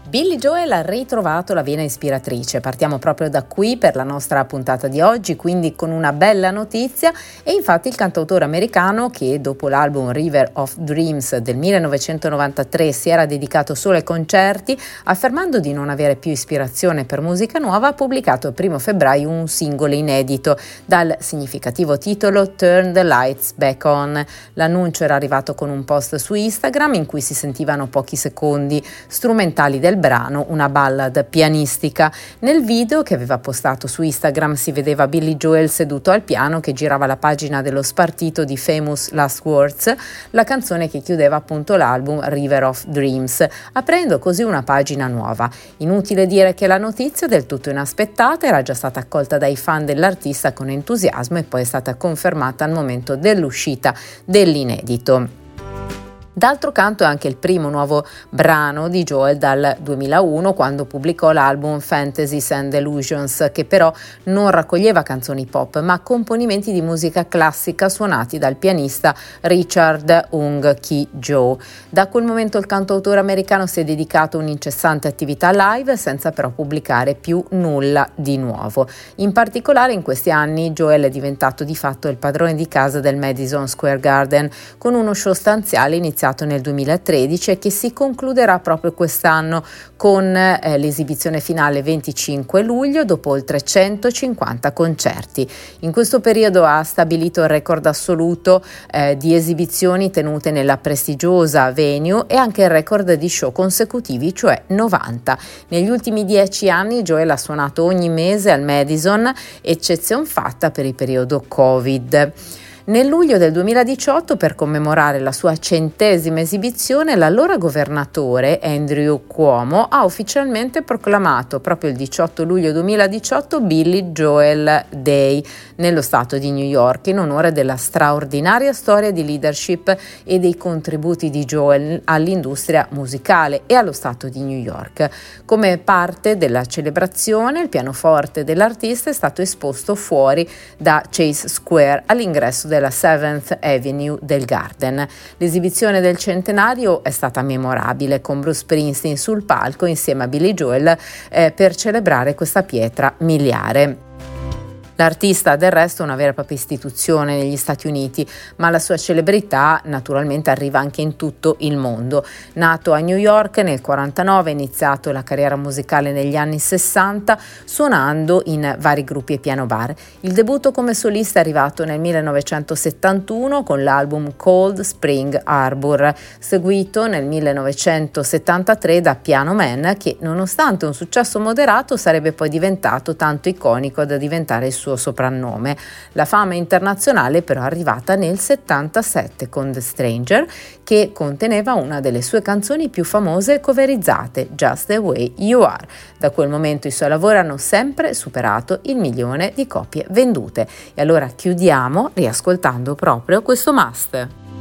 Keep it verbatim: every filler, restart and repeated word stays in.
Billy Joel ha ritrovato la vena ispiratrice. Partiamo proprio da qui per la nostra puntata di oggi, quindi con una bella notizia. E infatti il cantautore americano, che dopo l'album River of Dreams del millenovecentonovantatré si era dedicato solo ai concerti, affermando di non avere più ispirazione per musica nuova, ha pubblicato il primo febbraio un singolo inedito dal significativo titolo Turn the Lights Back On. L'annuncio era arrivato con un post su Instagram in cui si sentivano pochi secondi strumentali del brano, una ballad pianistica. Nel video che aveva postato su Instagram si vedeva Billy Joel seduto al piano che girava la pagina dello spartito di Famous Last Words, la canzone che chiudeva appunto l'album River of Dreams, aprendo così una pagina nuova. Inutile dire che la notizia, del tutto inaspettata, era già stata accolta dai fan dell'artista con entusiasmo e poi è stata confermata al momento dell'uscita dell'inedito. D'altro canto è anche il primo nuovo brano di Joel dal duemilauno, quando pubblicò l'album Fantasies and Delusions, che però non raccoglieva canzoni pop ma componimenti di musica classica suonati dal pianista Richard Ung Ki-jo. Da quel momento il cantautore americano si è dedicato a un'incessante attività live senza però pubblicare più nulla di nuovo. In particolare in questi anni Joel è diventato di fatto il padrone di casa del Madison Square Garden, con uno show stanziale iniziato nel duemilatredici e che si concluderà proprio quest'anno con eh, l'esibizione finale venticinque luglio dopo oltre centocinquanta concerti. In questo periodo ha stabilito il record assoluto eh, di esibizioni tenute nella prestigiosa venue e anche il record di show consecutivi, cioè novanta. Negli ultimi dieci anni Joel ha suonato ogni mese al Madison, eccezion fatta per il periodo Covid. Nel luglio del duemiladiciotto, per commemorare la sua centesima esibizione, l'allora governatore Andrew Cuomo ha ufficialmente proclamato proprio il diciotto luglio duemiladiciotto Billy Joel Day nello stato di New York, in onore della straordinaria storia di leadership e dei contributi di Joel all'industria musicale e allo stato di New York. Come parte della celebrazione, il pianoforte dell'artista è stato esposto fuori da Chase Square all'ingresso della Seventh Avenue del Garden. L'esibizione del centenario è stata memorabile, con Bruce Springsteen sul palco insieme a Billy Joel eh, per celebrare questa pietra miliare. L'artista del resto è una vera e propria istituzione negli Stati Uniti, ma la sua celebrità naturalmente arriva anche in tutto il mondo. Nato a New York nel quarantanove, ha iniziato la carriera musicale negli anni sessanta suonando in vari gruppi e piano bar. Il debutto come solista è arrivato nel millenovecentosettantuno con l'album Cold Spring Harbor, seguito nel millenovecentosettantatré da Piano Man, che nonostante un successo moderato sarebbe poi diventato tanto iconico da diventare il suo soprannome. La fama internazionale però è arrivata nel settantasette con The Stranger, che conteneva una delle sue canzoni più famose coverizzate, Just the Way You Are. Da quel momento i suoi lavori hanno sempre superato il milione di copie vendute. E allora chiudiamo riascoltando proprio questo must.